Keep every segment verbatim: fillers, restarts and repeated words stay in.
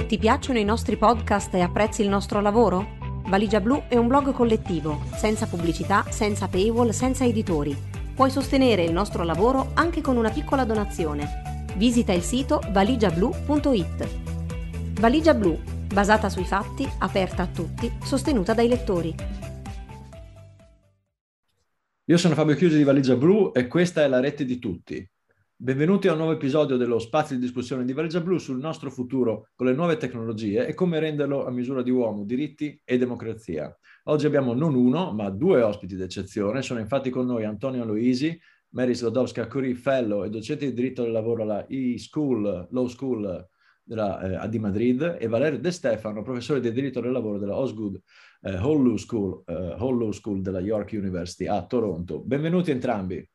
Ti piacciono i nostri podcast e apprezzi il nostro lavoro? Valigia Blu è un blog collettivo, senza pubblicità, senza paywall, senza editori. Puoi sostenere il nostro lavoro anche con una piccola donazione. Visita il sito valigia blu punto it. Valigia Blu, basata sui fatti, aperta a tutti, sostenuta dai lettori. Io sono Fabio Chiusi di Valigia Blu e questa è la rete di tutti. Benvenuti a un nuovo episodio dello spazio di discussione di Valigia Blu sul nostro futuro con le nuove tecnologie e come renderlo a misura di uomo, diritti e democrazia. Oggi abbiamo non uno, ma due ospiti d'eccezione. Sono infatti con noi Antonio Aloisi, Mary Slodowska-Curie Fellow e docente di diritto del lavoro alla E-School, Law School della, eh, di Madrid, e Valerio De Stefano, professore di diritto del lavoro della Osgood eh, Hall Law School, eh, Hall Law School della York University a Toronto. Benvenuti entrambi.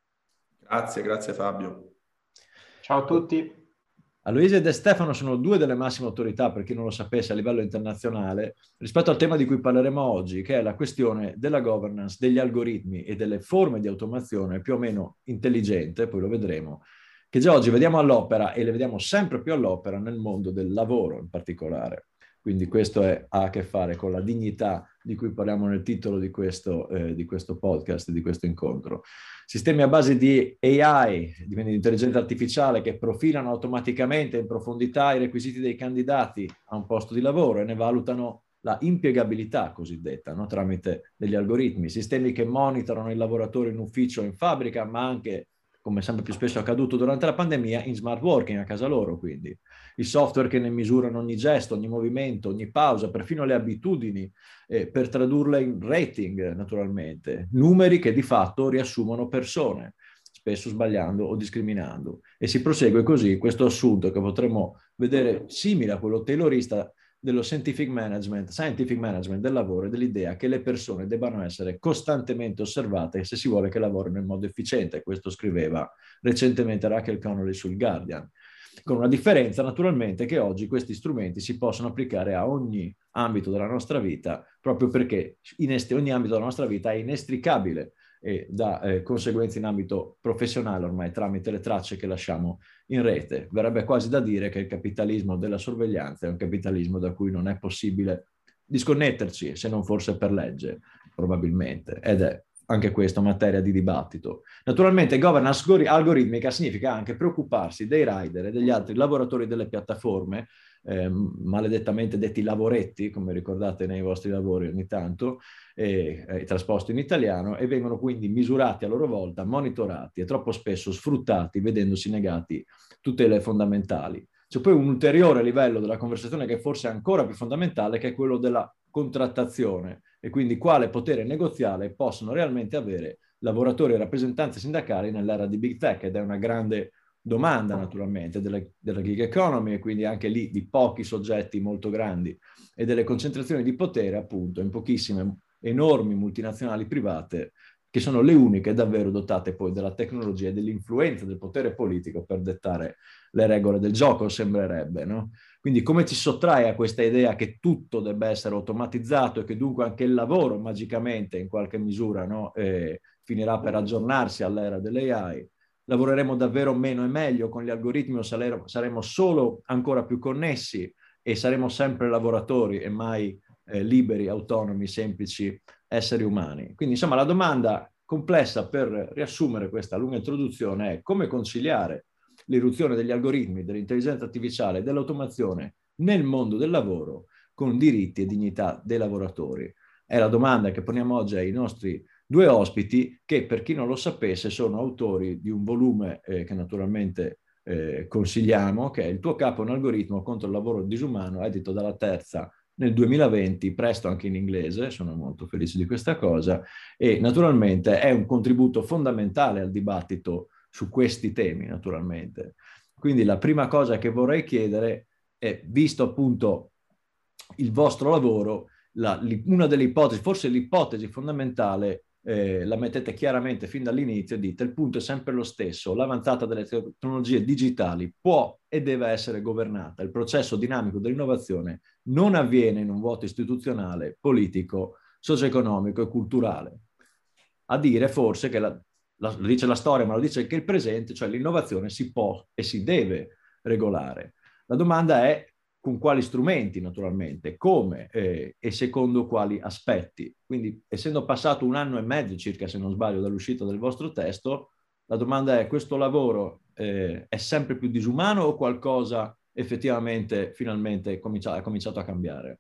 Grazie, grazie Fabio. Ciao a tutti. Aloisi e De Stefano sono due delle massime autorità, per chi non lo sapesse, a livello internazionale, rispetto al tema di cui parleremo oggi, che è la questione della governance, degli algoritmi e delle forme di automazione più o meno intelligente, poi lo vedremo, che già oggi vediamo all'opera e le vediamo sempre più all'opera nel mondo del lavoro in particolare. Quindi questo è, ha a che fare con la dignità di cui parliamo nel titolo di questo, eh, di questo podcast, di questo incontro. Sistemi a base di A I, di intelligenza artificiale, che profilano automaticamente in profondità i requisiti dei candidati a un posto di lavoro e ne valutano la impiegabilità cosiddetta, no? Tramite degli algoritmi. Sistemi che monitorano il lavoratore in ufficio o in fabbrica, ma anche, come sempre più spesso è accaduto durante la pandemia, in smart working a casa loro, quindi. I software che ne misurano ogni gesto, ogni movimento, ogni pausa, perfino le abitudini, eh, per tradurle in rating, naturalmente. Numeri che di fatto riassumono persone, spesso sbagliando o discriminando. E si prosegue così questo assunto che potremmo vedere simile a quello taylorista dello scientific management, scientific management del lavoro e dell'idea che le persone debbano essere costantemente osservate se si vuole che lavorino in modo efficiente. Questo scriveva recentemente Rachel Connolly sul Guardian. Con una differenza naturalmente che oggi questi strumenti si possono applicare a ogni ambito della nostra vita, proprio perché in est- ogni ambito della nostra vita è inestricabile e da eh, conseguenze in ambito professionale ormai tramite le tracce che lasciamo in rete. Verrebbe quasi da dire che il capitalismo della sorveglianza è un capitalismo da cui non è possibile disconnetterci, se non forse per legge, probabilmente, ed è anche questa materia di dibattito. Naturalmente governance algoritmica significa anche preoccuparsi dei rider e degli altri lavoratori delle piattaforme, eh, maledettamente detti lavoretti, come ricordate nei vostri lavori ogni tanto, eh, eh, trasposti in italiano, e vengono quindi misurati a loro volta, monitorati e troppo spesso sfruttati, vedendosi negati tutele fondamentali. C'è poi un ulteriore livello della conversazione che forse è ancora più fondamentale, che è quello della contrattazione, e quindi quale potere negoziale possono realmente avere lavoratori e rappresentanze sindacali nell'era di Big Tech, ed è una grande domanda naturalmente della, della gig economy, e quindi anche lì di pochi soggetti molto grandi e delle concentrazioni di potere appunto in pochissime enormi multinazionali private, che sono le uniche davvero dotate poi della tecnologia e dell'influenza del potere politico per dettare le regole del gioco, sembrerebbe, no? Quindi come ci sottrae a questa idea che tutto debba essere automatizzato e che dunque anche il lavoro magicamente in qualche misura, no, eh, finirà per aggiornarsi all'era dell'A I? Lavoreremo davvero meno e meglio con gli algoritmi o saremo solo ancora più connessi e saremo sempre lavoratori e mai eh, liberi, autonomi, semplici esseri umani? Quindi insomma la domanda complessa, per riassumere questa lunga introduzione, è come conciliare l'irruzione degli algoritmi, dell'intelligenza artificiale e dell'automazione nel mondo del lavoro con diritti e dignità dei lavoratori. È la domanda che poniamo oggi ai nostri due ospiti, che per chi non lo sapesse sono autori di un volume eh, che naturalmente eh, consigliamo, che è Il tuo capo è un algoritmo contro il lavoro disumano, edito dalla Terza nel duemilaventi, presto anche in inglese, sono molto felice di questa cosa, e naturalmente è un contributo fondamentale al dibattito su questi temi, naturalmente. Quindi la prima cosa che vorrei chiedere è, visto appunto il vostro lavoro, la, una delle ipotesi, forse l'ipotesi fondamentale, eh, la mettete chiaramente fin dall'inizio, dite il punto è sempre lo stesso: l'avanzata delle tecnologie digitali può e deve essere governata. Il processo dinamico dell'innovazione non avviene in un vuoto istituzionale, politico, socio-economico e culturale. A dire forse che la, la, lo dice la storia, ma lo dice anche il presente, cioè l'innovazione si può e si deve regolare. La domanda è con quali strumenti naturalmente, come eh, e secondo quali aspetti. Quindi, essendo passato un anno e mezzo circa, se non sbaglio, dall'uscita del vostro testo, la domanda è: questo lavoro eh, è sempre più disumano o qualcosa effettivamente finalmente comincia- ha cominciato a cambiare?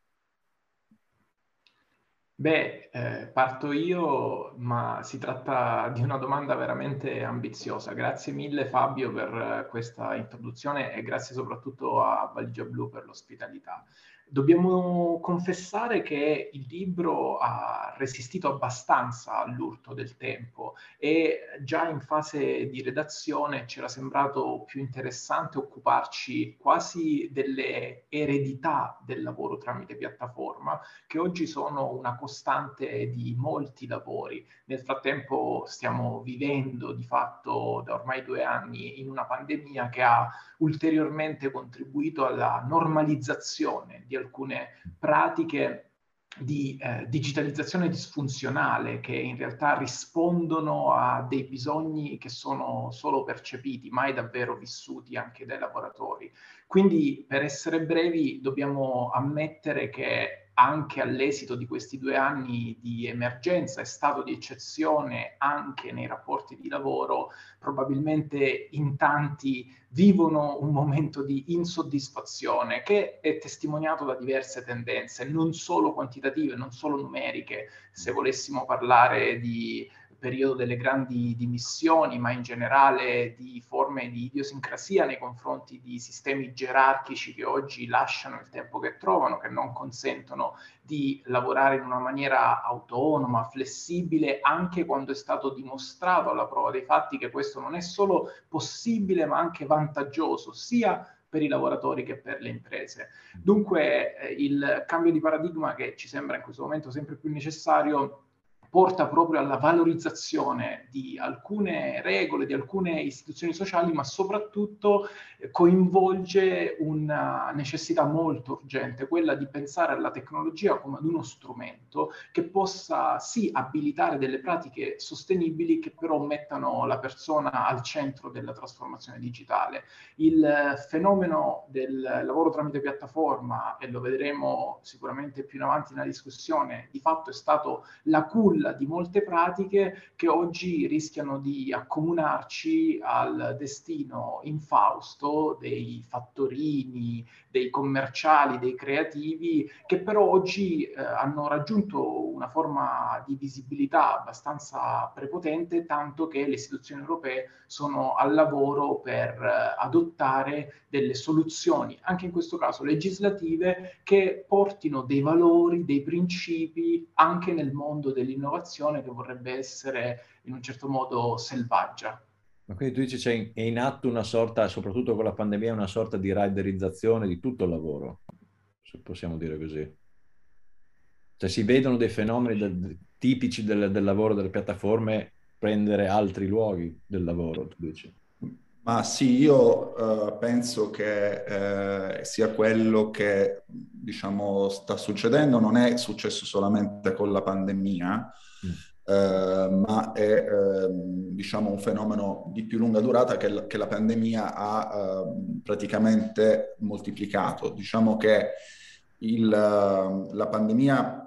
Beh, eh, parto io, ma si tratta di una domanda veramente ambiziosa. Grazie mille Fabio per eh, questa introduzione e grazie soprattutto a Valigia Blu per l'ospitalità. Dobbiamo confessare che il libro ha resistito abbastanza all'urto del tempo e già in fase di redazione c'era sembrato più interessante occuparci quasi delle eredità del lavoro tramite piattaforma, che oggi sono una costante di molti lavori. Nel frattempo stiamo vivendo di fatto da ormai due anni in una pandemia che ha ulteriormente contribuito alla normalizzazione di alcune pratiche di eh, digitalizzazione disfunzionale che in realtà rispondono a dei bisogni che sono solo percepiti, mai davvero vissuti anche dai lavoratori. Quindi, per essere brevi, dobbiamo ammettere che anche all'esito di questi due anni di emergenza e stato di eccezione anche nei rapporti di lavoro, probabilmente in tanti vivono un momento di insoddisfazione che è testimoniato da diverse tendenze, non solo quantitative, non solo numeriche, se volessimo parlare di periodo delle grandi dimissioni, ma in generale di forme di idiosincrasia nei confronti di sistemi gerarchici che oggi lasciano il tempo che trovano, che non consentono di lavorare in una maniera autonoma, flessibile, anche quando è stato dimostrato alla prova dei fatti che questo non è solo possibile, ma anche vantaggioso, sia per i lavoratori che per le imprese. Dunque eh, il cambio di paradigma che ci sembra in questo momento sempre più necessario porta proprio alla valorizzazione di alcune regole, di alcune istituzioni sociali, ma soprattutto coinvolge una necessità molto urgente, quella di pensare alla tecnologia come ad uno strumento che possa sì abilitare delle pratiche sostenibili che però mettano la persona al centro della trasformazione digitale. Il fenomeno del lavoro tramite piattaforma, e lo vedremo sicuramente più in avanti nella discussione, di fatto è stato la culla di molte pratiche che oggi rischiano di accomunarci al destino infausto dei fattorini, dei commerciali, dei creativi, che però oggi eh, hanno raggiunto una forma di visibilità abbastanza prepotente, tanto che le istituzioni europee sono al lavoro per eh, adottare delle soluzioni, anche in questo caso legislative, che portino dei valori, dei principi anche nel mondo dell'innovazione che vorrebbe essere in un certo modo selvaggia. Ma quindi tu dici c'è è in atto una sorta, soprattutto con la pandemia, una sorta di riderizzazione di tutto il lavoro, se possiamo dire così. Cioè si vedono dei fenomeni del, tipici del, del lavoro delle piattaforme prendere altri luoghi del lavoro, tu dici? Ma sì, io eh, penso che eh, sia quello che, diciamo, sta succedendo. Non è successo solamente con la pandemia, Mm. eh, ma è, eh, diciamo, un fenomeno di più lunga durata che la, che la pandemia ha eh, praticamente moltiplicato. Diciamo che il, la pandemia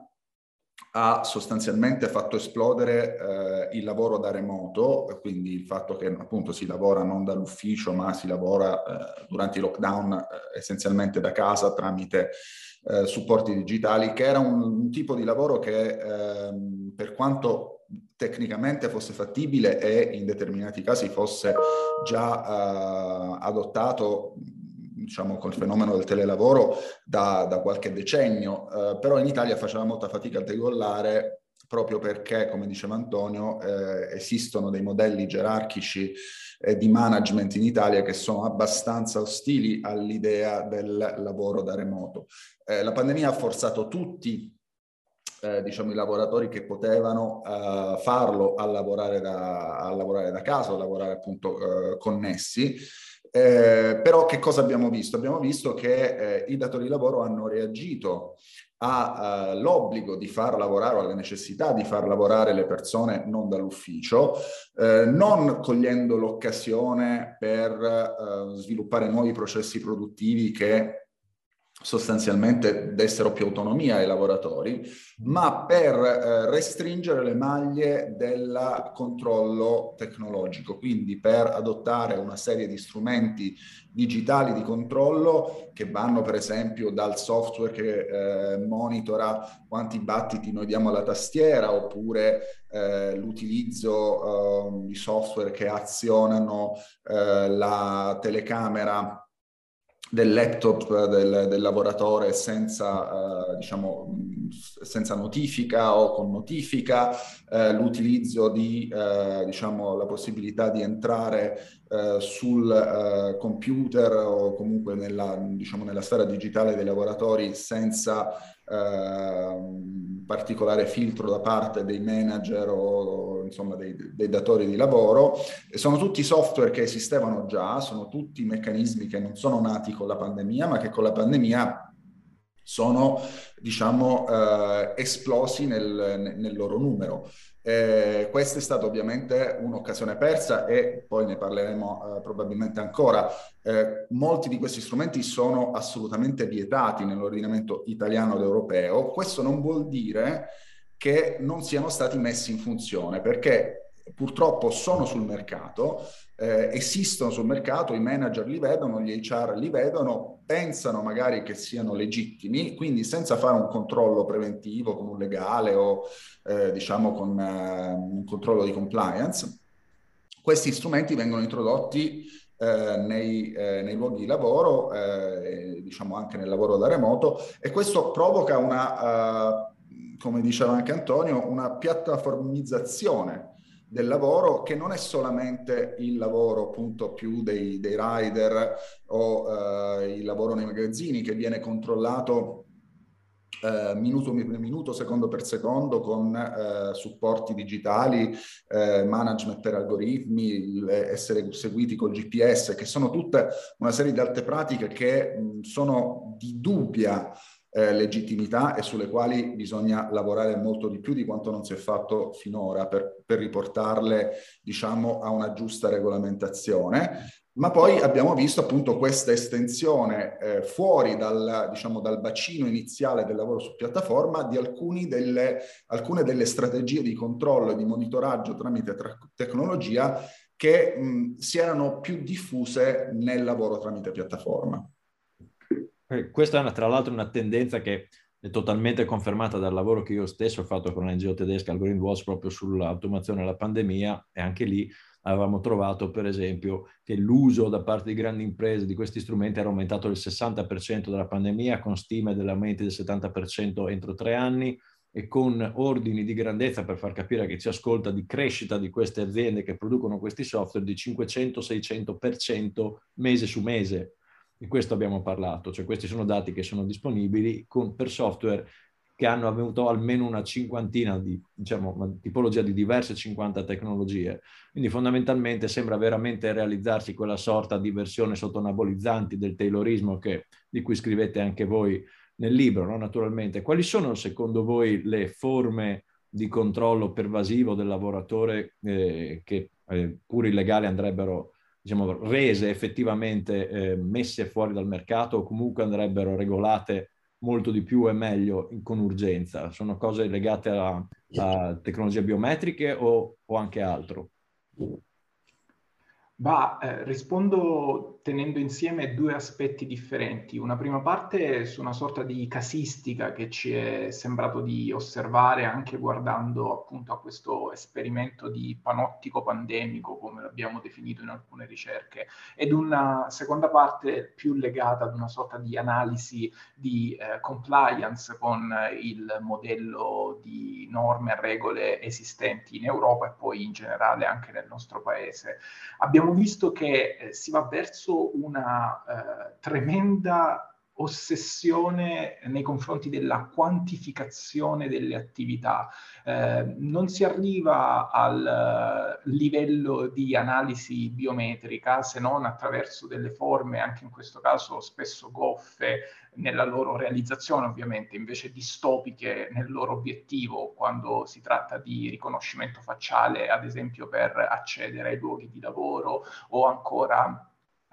ha sostanzialmente fatto esplodere eh, il lavoro da remoto, quindi il fatto che appunto si lavora non dall'ufficio, ma si lavora eh, durante i lockdown eh, essenzialmente da casa tramite eh, supporti digitali, che era un, un tipo di lavoro che eh, per quanto tecnicamente fosse fattibile e in determinati casi fosse già eh, adottato, diciamo, col fenomeno del telelavoro da, da qualche decennio, eh, però in Italia faceva molta fatica a decollare proprio perché, come diceva Antonio, eh, esistono dei modelli gerarchici eh, di management in Italia che sono abbastanza ostili all'idea del lavoro da remoto. Eh, la pandemia ha forzato tutti Eh, diciamo i lavoratori che potevano eh, farlo a lavorare, da, a lavorare da casa, a lavorare appunto eh, connessi. Eh, però che cosa abbiamo visto? Abbiamo visto che eh, i datori di lavoro hanno reagito all'obbligo uh, di far lavorare, o alla necessità di far lavorare le persone non dall'ufficio, eh, non cogliendo l'occasione per uh, sviluppare nuovi processi produttivi che sostanzialmente dessero più autonomia ai lavoratori, ma per eh, restringere le maglie del controllo tecnologico, quindi per adottare una serie di strumenti digitali di controllo che vanno per esempio dal software che eh, monitora quanti battiti noi diamo alla tastiera, oppure eh, l'utilizzo eh, di software che azionano eh, la telecamera del laptop del, del lavoratore senza, eh, diciamo, senza notifica o con notifica, eh, l'utilizzo di, eh, diciamo, la possibilità di entrare eh, sul eh, computer o comunque nella, diciamo, nella sfera digitale dei lavoratori senza eh, particolare filtro da parte dei manager o insomma dei, dei datori di lavoro. E sono tutti software che esistevano già, sono tutti meccanismi che non sono nati con la pandemia, ma che con la pandemia sono, diciamo, eh, esplosi nel, nel loro numero. Eh, questa è stata ovviamente un'occasione persa e poi ne parleremo eh, probabilmente ancora. Eh, molti di questi strumenti sono assolutamente vietati nell'ordinamento italiano ed europeo. Questo non vuol dire che non siano stati messi in funzione, perché purtroppo sono sul mercato, eh, esistono sul mercato, i manager li vedono, gli H R li vedono, pensano magari che siano legittimi, quindi senza fare un controllo preventivo con un legale o eh, diciamo con eh, un controllo di compliance, questi strumenti vengono introdotti eh, nei, eh, nei luoghi di lavoro, eh, diciamo anche nel lavoro da remoto, e questo provoca una, uh, come diceva anche Antonio, una piattaformizzazione del lavoro, che non è solamente il lavoro appunto più dei, dei rider o uh, il lavoro nei magazzini, che viene controllato Uh, minuto per minuto, secondo per secondo, con uh, supporti digitali, uh, management per algoritmi, essere seguiti col G P S, che sono tutte una serie di altre pratiche che mh, sono di dubbia eh, legittimità e sulle quali bisogna lavorare molto di più di quanto non si è fatto finora per, per riportarle, diciamo, a una giusta regolamentazione. Ma poi abbiamo visto appunto questa estensione eh, fuori dal, diciamo, dal bacino iniziale del lavoro su piattaforma di alcuni delle, alcune delle strategie di controllo e di monitoraggio tramite tra- tecnologia che mh, si erano più diffuse nel lavoro tramite piattaforma. Eh, questa è una, tra l'altro una tendenza che è totalmente confermata dal lavoro che io stesso ho fatto con l'N G O tedesca Algorithm Watch proprio sull'automazione della pandemia, e anche lì avevamo trovato per esempio che l'uso da parte di grandi imprese di questi strumenti era aumentato del sessanta per cento dalla pandemia, con stime dell'aumento del settanta per cento entro tre anni, e con ordini di grandezza, per far capire che ci ascolta, di crescita di queste aziende che producono questi software di cinquecento seicento per cento mese su mese. Di questo abbiamo parlato, cioè questi sono dati che sono disponibili con, per software che hanno avuto almeno una cinquantina di, diciamo, una tipologia di diverse cinquanta tecnologie. Quindi fondamentalmente sembra veramente realizzarsi quella sorta di versione sottonabolizzanti del taylorismo che, di cui scrivete anche voi nel libro, no? Naturalmente. Quali sono secondo voi le forme di controllo pervasivo del lavoratore eh, che eh, pur illegali andrebbero, diciamo, rese effettivamente eh, messe fuori dal mercato, o comunque andrebbero regolate molto di più e meglio con urgenza? Sono cose legate a, a tecnologie biometriche o, o anche altro? Bah, eh, rispondo tenendo insieme due aspetti differenti. Una prima parte su una sorta di casistica che ci è sembrato di osservare anche guardando appunto a questo esperimento di panottico pandemico, come l'abbiamo definito in alcune ricerche, ed una seconda parte più legata ad una sorta di analisi di eh, compliance con il modello di norme e regole esistenti in Europa e poi in generale anche nel nostro paese. Abbiamo visto che eh, si va verso una eh, tremenda ossessione nei confronti della quantificazione delle attività. Eh, non si arriva al uh, livello di analisi biometrica se non attraverso delle forme, anche in questo caso spesso goffe nella loro realizzazione, ovviamente, invece distopiche nel loro obiettivo, quando si tratta di riconoscimento facciale, ad esempio per accedere ai luoghi di lavoro, o ancora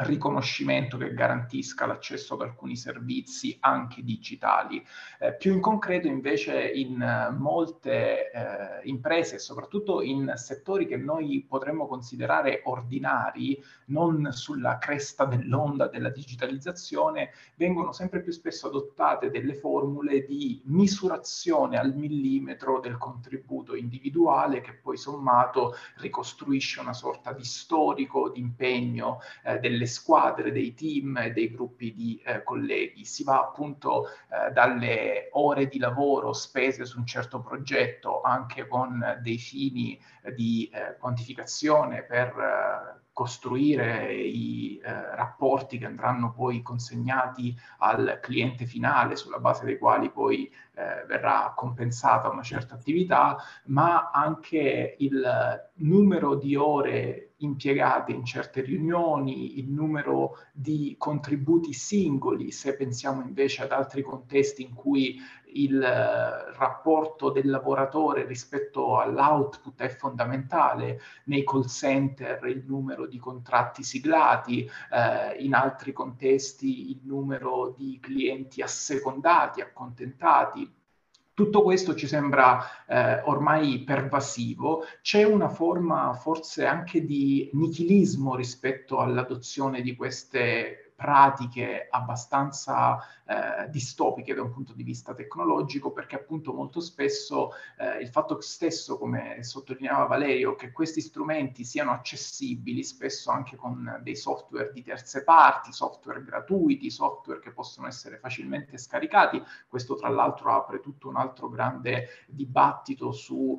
riconoscimento che garantisca l'accesso ad alcuni servizi anche digitali. Eh, più in concreto invece in uh, molte uh, imprese, soprattutto in settori che noi potremmo considerare ordinari, non sulla cresta dell'onda della digitalizzazione, vengono sempre più spesso adottate delle formule di misurazione al millimetro del contributo individuale che poi sommato ricostruisce una sorta di storico di impegno eh, delle squadre, dei team e dei gruppi di eh, colleghi. Si va appunto eh, dalle ore di lavoro spese su un certo progetto anche con dei fini eh, di eh, quantificazione per eh, costruire i eh, rapporti che andranno poi consegnati al cliente finale, sulla base dei quali poi eh, verrà compensata una certa attività, ma anche il numero di ore impiegate in certe riunioni, il numero di contributi singoli, se pensiamo invece ad altri contesti in cui il eh, rapporto del lavoratore rispetto all'output è fondamentale, nei call center il numero di contratti siglati, eh, in altri contesti il numero di clienti assecondati, accontentati. Tutto questo ci sembra eh, ormai pervasivo. C'è una forma forse anche di nichilismo rispetto all'adozione di queste pratiche abbastanza eh, distopiche da un punto di vista tecnologico, perché appunto molto spesso eh, il fatto stesso, come sottolineava Valerio, che questi strumenti siano accessibili spesso anche con dei software di terze parti, software gratuiti, software che possono essere facilmente scaricati. Questo tra l'altro apre tutto un altro grande dibattito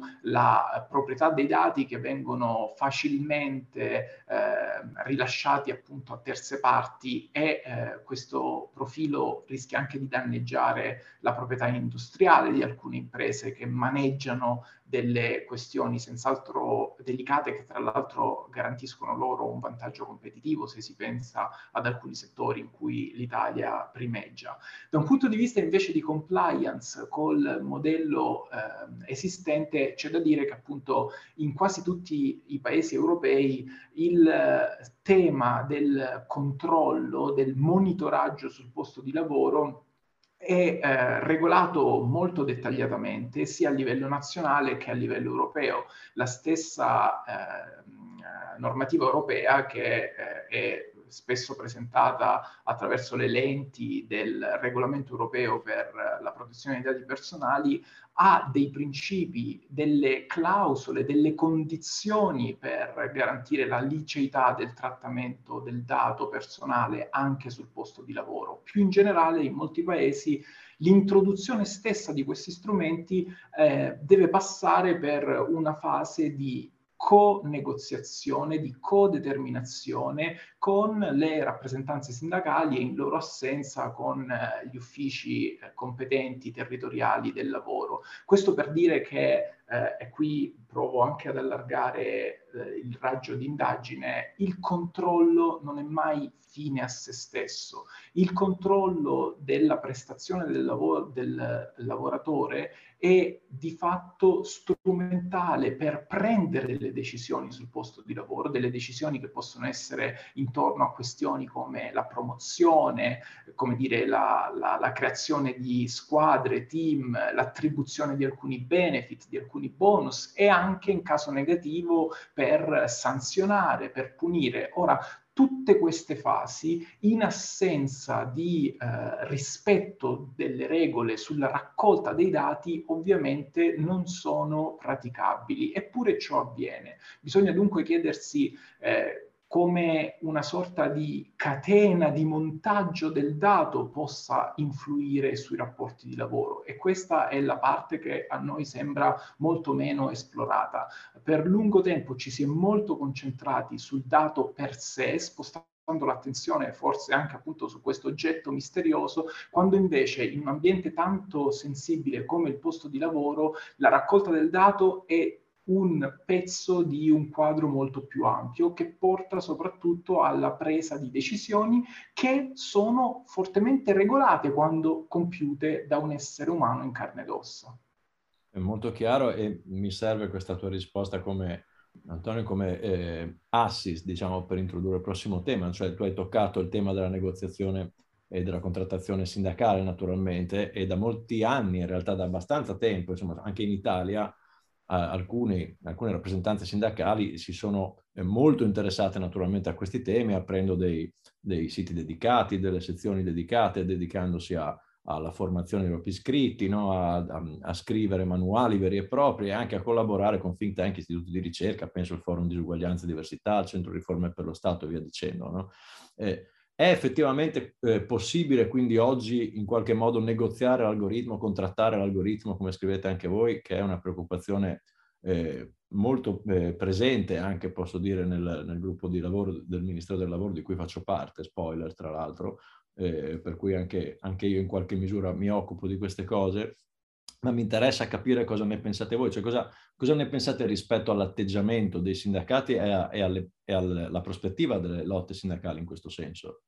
sulla proprietà dei dati che vengono facilmente eh, rilasciati appunto a terze parti, e eh, questo profilo rischia anche di danneggiare la proprietà industriale di alcune imprese che maneggiano delle questioni senz'altro delicate, che tra l'altro garantiscono loro un vantaggio competitivo se si pensa ad alcuni settori in cui l'Italia primeggia. Da un punto di vista invece di compliance col modello eh, esistente, c'è da dire che appunto in quasi tutti i paesi europei il eh, tema del controllo, del monitoraggio sul posto di lavoro è eh, regolato molto dettagliatamente sia a livello nazionale che a livello europeo. La stessa eh, normativa europea, che eh, è spesso presentata attraverso le lenti del regolamento europeo per la protezione dei dati personali, ha dei principi, delle clausole, delle condizioni per garantire la liceità del trattamento del dato personale anche sul posto di lavoro. Più in generale, in molti paesi l'introduzione stessa di questi strumenti eh, deve passare per una fase di co-negoziazione, di co-determinazione con le rappresentanze sindacali e in loro assenza con eh, gli uffici eh, competenti territoriali del lavoro. Questo per dire che, eh, e qui provo anche ad allargare eh, il raggio di indagine, il controllo non è mai fine a se stesso. Il controllo della prestazione del, lavoro, del lavoratore è di fatto strumentale per prendere delle decisioni sul posto di lavoro, delle decisioni che possono essere intorno a questioni come la promozione, come dire, la, la, la creazione di squadre, team, l'attribuzione di alcuni benefit, di alcuni bonus, e anche in caso negativo per sanzionare, per punire. Ora, tutte queste fasi, in assenza di eh, rispetto delle regole sulla raccolta dei dati, ovviamente non sono praticabili, eppure ciò avviene. Bisogna dunque chiedersi eh, come una sorta di catena di montaggio del dato possa influire sui rapporti di lavoro, e questa è la parte che a noi sembra molto meno esplorata. Per lungo tempo ci si è molto concentrati sul dato per sé, spostando l'attenzione forse anche appunto su questo oggetto misterioso, quando invece in un ambiente tanto sensibile come il posto di lavoro la raccolta del dato è un pezzo di un quadro molto più ampio, che porta soprattutto alla presa di decisioni che sono fortemente regolate quando compiute da un essere umano in carne ed ossa. È molto chiaro, e mi serve questa tua risposta come Antonio, come eh, assist, diciamo, per introdurre il prossimo tema, cioè tu hai toccato il tema della negoziazione e della contrattazione sindacale naturalmente, e da molti anni, in realtà da abbastanza tempo, insomma, anche in Italia, eh, alcuni, alcune rappresentanze sindacali si sono eh, molto interessate naturalmente a questi temi, aprendo dei, dei siti dedicati, delle sezioni dedicate, dedicandosi a alla formazione dei propri iscritti, no? a, a, a scrivere manuali veri e propri, e anche a collaborare con think tank, istituti di ricerca, penso al Forum Disuguaglianza e Diversità, al Centro Riforme per lo Stato e via dicendo. No? Eh, è effettivamente eh, possibile quindi oggi in qualche modo negoziare l'algoritmo, contrattare l'algoritmo, come scrivete anche voi, che è una preoccupazione eh, molto eh, presente anche, posso dire, nel, nel gruppo di lavoro del Ministero del Lavoro di cui faccio parte, spoiler tra l'altro, Eh, per cui anche, anche io in qualche misura mi occupo di queste cose, ma mi interessa capire cosa ne pensate voi, cioè cosa, cosa ne pensate rispetto all'atteggiamento dei sindacati e, a, e, alle, e alla prospettiva delle lotte sindacali in questo senso.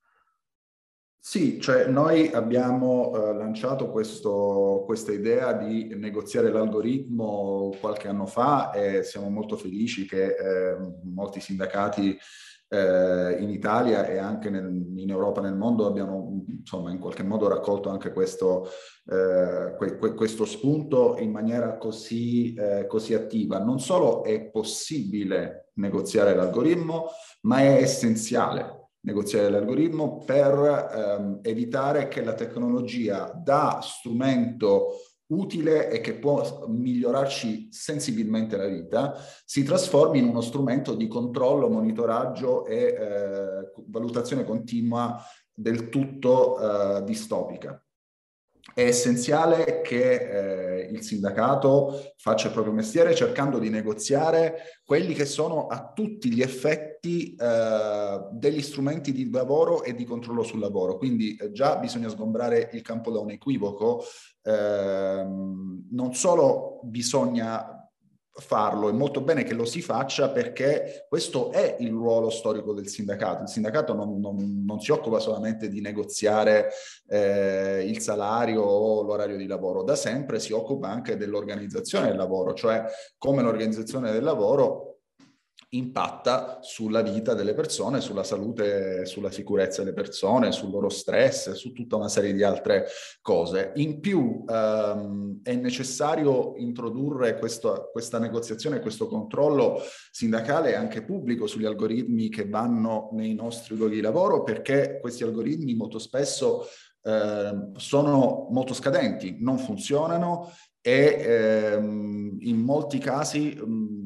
Sì, cioè noi abbiamo eh, lanciato questo, questa idea di negoziare l'algoritmo qualche anno fa e siamo molto felici che eh, molti sindacati eh, in Italia e anche nel, in Europa e nel mondo abbiano insomma in qualche modo raccolto anche questo, eh, que, que, questo spunto in maniera così, eh, così attiva. Non solo è possibile negoziare l'algoritmo, ma è essenziale negoziare l'algoritmo per ehm, evitare che la tecnologia, da strumento utile e che può migliorarci sensibilmente la vita, si trasformi in uno strumento di controllo, monitoraggio e eh, valutazione continua del tutto eh, distopica. È essenziale che eh, il sindacato faccia il proprio mestiere cercando di negoziare quelli che sono a tutti gli effetti eh, degli strumenti di lavoro e di controllo sul lavoro. Quindi eh, già bisogna sgombrare il campo da un equivoco. Eh, non solo bisogna farlo, è molto bene che lo si faccia perché questo è il ruolo storico del sindacato. Il sindacato non, non, non si occupa solamente di negoziare eh, il salario o l'orario di lavoro, da sempre si occupa anche dell'organizzazione del lavoro, cioè come l'organizzazione del lavoro impatta sulla vita delle persone, sulla salute, sulla sicurezza delle persone, sul loro stress, su tutta una serie di altre cose. In più ehm, è necessario introdurre questo, questa negoziazione, questo controllo sindacale e anche pubblico sugli algoritmi che vanno nei nostri luoghi di lavoro, perché questi algoritmi molto spesso eh, sono molto scadenti, non funzionano e ehm, in molti casi mh,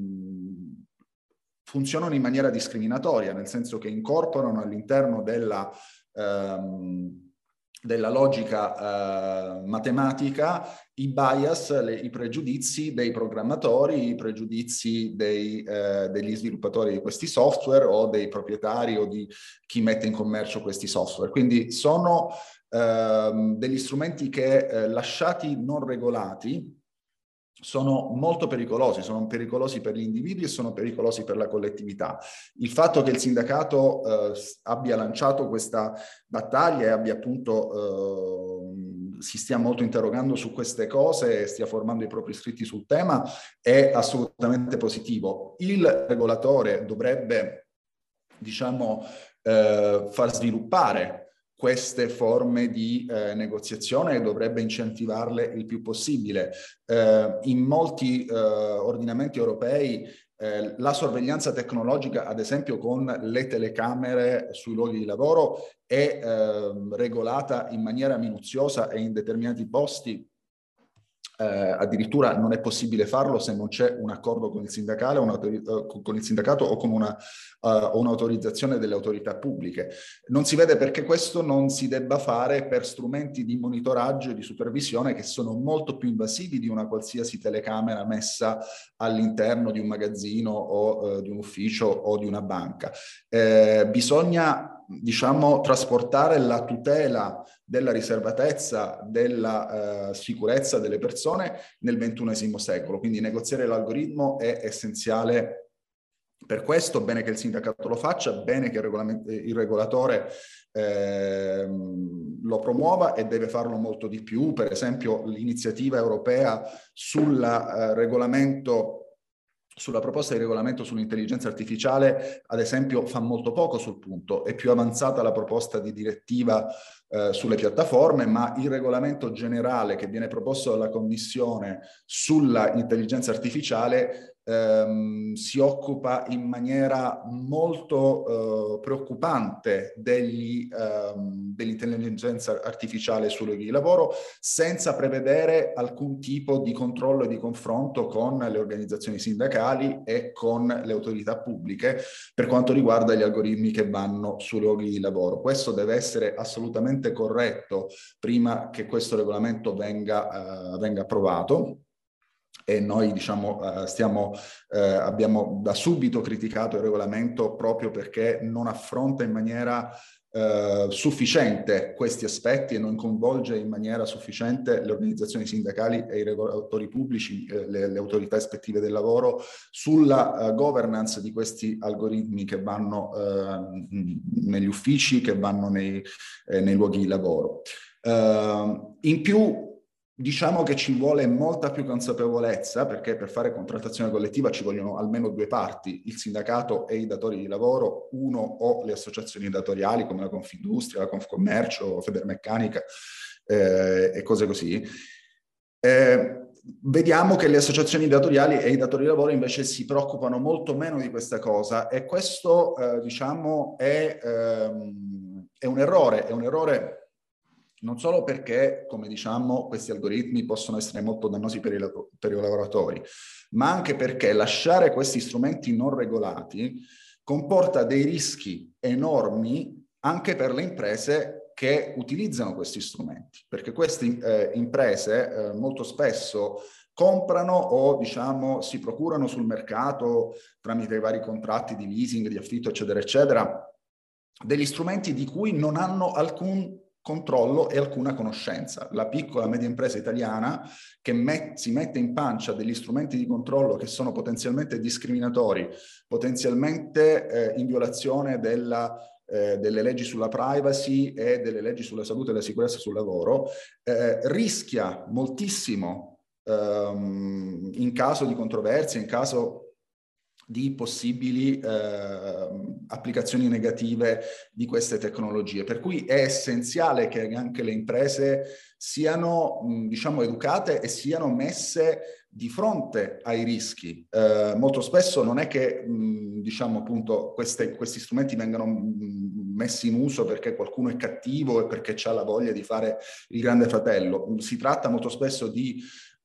funzionano in maniera discriminatoria, nel senso che incorporano all'interno della, ehm, della logica eh, matematica i bias, le, i pregiudizi dei programmatori, i pregiudizi dei, eh, degli sviluppatori di questi software o dei proprietari o di chi mette in commercio questi software. Quindi sono ehm, degli strumenti che eh, lasciati non regolati sono molto pericolosi, sono pericolosi per gli individui e sono pericolosi per la collettività. Il fatto che il sindacato eh, abbia lanciato questa battaglia e abbia appunto eh, si stia molto interrogando su queste cose e stia formando i propri iscritti sul tema è assolutamente positivo. Il regolatore dovrebbe, diciamo, eh, far sviluppare queste forme di eh, negoziazione e dovrebbe incentivarle il più possibile. Eh, in molti eh, ordinamenti europei eh, la sorveglianza tecnologica, ad esempio con le telecamere sui luoghi di lavoro, è eh, regolata in maniera minuziosa e in determinati posti Eh, addirittura non è possibile farlo se non c'è un accordo con il sindacale, uh, con il sindacato o con una, uh, un'autorizzazione delle autorità pubbliche. Non si vede perché questo non si debba fare per strumenti di monitoraggio e di supervisione che sono molto più invasivi di una qualsiasi telecamera messa all'interno di un magazzino o uh, di un ufficio o di una banca. Eh, bisogna, diciamo, trasportare la tutela della riservatezza, della uh, sicurezza delle persone nel ventunesimo secolo. Quindi negoziare l'algoritmo è essenziale per questo. Bene che il sindacato lo faccia, bene che il, il regolatore eh, lo promuova e deve farlo molto di più. Per esempio l'iniziativa europea sul uh, regolamento sulla proposta di regolamento sull'intelligenza artificiale, ad esempio, fa molto poco sul punto. È più avanzata la proposta di direttiva eh, sulle piattaforme, ma il regolamento generale che viene proposto dalla Commissione sulla intelligenza artificiale ehm, si occupa in maniera molto eh, preoccupante degli, ehm, dell'intelligenza artificiale sui luoghi di lavoro, senza prevedere alcun tipo di controllo e di confronto con le organizzazioni sindacali e con le autorità pubbliche per quanto riguarda gli algoritmi che vanno sui luoghi di lavoro. Questo deve essere assolutamente corretto prima che questo regolamento venga, uh, venga approvato. E noi diciamo, stiamo, eh, abbiamo da subito criticato il regolamento proprio perché non affronta in maniera eh, sufficiente questi aspetti e non coinvolge in maniera sufficiente le organizzazioni sindacali e i regolatori pubblici, eh, le, le autorità ispettive del lavoro, sulla uh, governance di questi algoritmi che vanno eh, negli uffici, che vanno nei, eh, nei luoghi di lavoro. Uh, in più, diciamo che ci vuole molta più consapevolezza, perché per fare contrattazione collettiva ci vogliono almeno due parti, il sindacato e i datori di lavoro, uno o le associazioni datoriali come la Confindustria, la Confcommercio, Federmeccanica eh, e cose così. Eh, vediamo che le associazioni datoriali e i datori di lavoro invece si preoccupano molto meno di questa cosa, e questo eh, diciamo è, ehm, è un errore, è un errore non solo perché, come diciamo, questi algoritmi possono essere molto dannosi per i, per i lavoratori, ma anche perché lasciare questi strumenti non regolati comporta dei rischi enormi anche per le imprese che utilizzano questi strumenti, perché queste eh, imprese eh, molto spesso comprano o diciamo si procurano sul mercato tramite i vari contratti di leasing, di affitto, eccetera, eccetera, degli strumenti di cui non hanno alcun controllo e alcuna conoscenza. La piccola e media impresa italiana che met- si mette in pancia degli strumenti di controllo che sono potenzialmente discriminatori, potenzialmente eh, in violazione della, eh, delle leggi sulla privacy e delle leggi sulla salute e la sicurezza sul lavoro, eh, rischia moltissimo ehm, in caso di controversie, in caso di possibili eh, applicazioni negative di queste tecnologie. Per cui è essenziale che anche le imprese siano, mh, diciamo, educate e siano messe di fronte ai rischi. Eh, molto spesso non è che, mh, diciamo, appunto, queste, questi strumenti vengano mh, messi in uso perché qualcuno è cattivo e perché ha la voglia di fare il grande fratello. Si tratta molto spesso di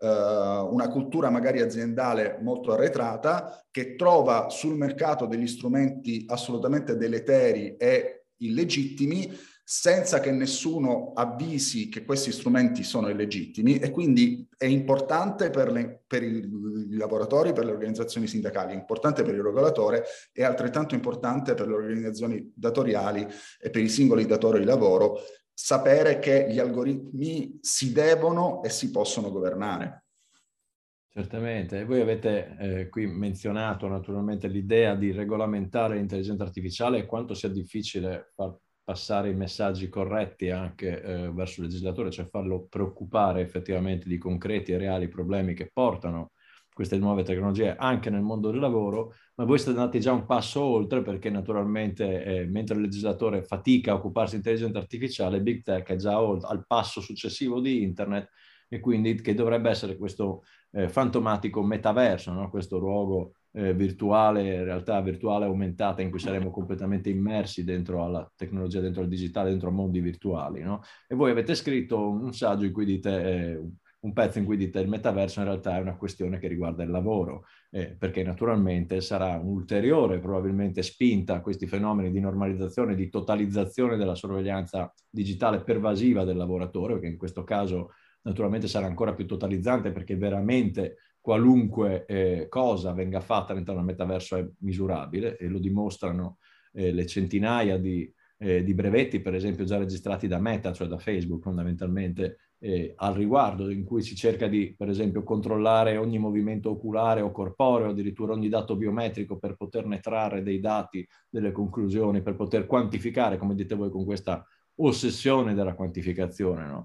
una cultura magari aziendale molto arretrata che trova sul mercato degli strumenti assolutamente deleteri e illegittimi senza che nessuno avvisi che questi strumenti sono illegittimi, e quindi è importante per, le, per i lavoratori, per le organizzazioni sindacali, è importante per il regolatore, è altrettanto importante per le organizzazioni datoriali e per i singoli datori di lavoro sapere che gli algoritmi si devono e si possono governare. Certamente. Voi avete eh, qui menzionato naturalmente l'idea di regolamentare l'intelligenza artificiale e quanto sia difficile far passare i messaggi corretti anche eh, verso il legislatore, cioè farlo preoccupare effettivamente di concreti e reali problemi che portano queste nuove tecnologie anche nel mondo del lavoro, ma voi siete andati già un passo oltre, perché naturalmente eh, mentre il legislatore fatica a occuparsi di intelligenza artificiale, Big Tech è già al passo successivo di Internet, e quindi che dovrebbe essere questo eh, fantomatico metaverso, no? Questo luogo eh, virtuale, realtà virtuale aumentata in cui saremo completamente immersi dentro alla tecnologia, dentro al digitale, dentro a mondi virtuali, no? E voi avete scritto un saggio in cui dite... Eh, un pezzo in cui dite il metaverso in realtà è una questione che riguarda il lavoro, eh, perché naturalmente sarà un'ulteriore probabilmente spinta a questi fenomeni di normalizzazione, di totalizzazione della sorveglianza digitale pervasiva del lavoratore, che in questo caso naturalmente sarà ancora più totalizzante, perché veramente qualunque eh, cosa venga fatta all'interno del metaverso è misurabile, e lo dimostrano eh, le centinaia di, eh, di brevetti, per esempio, già registrati da Meta, cioè da Facebook fondamentalmente, Eh, al riguardo, in cui si cerca di, per esempio, controllare ogni movimento oculare o corporeo, addirittura ogni dato biometrico, per poterne trarre dei dati, delle conclusioni, per poter quantificare, come dite voi, con questa ossessione della quantificazione, no?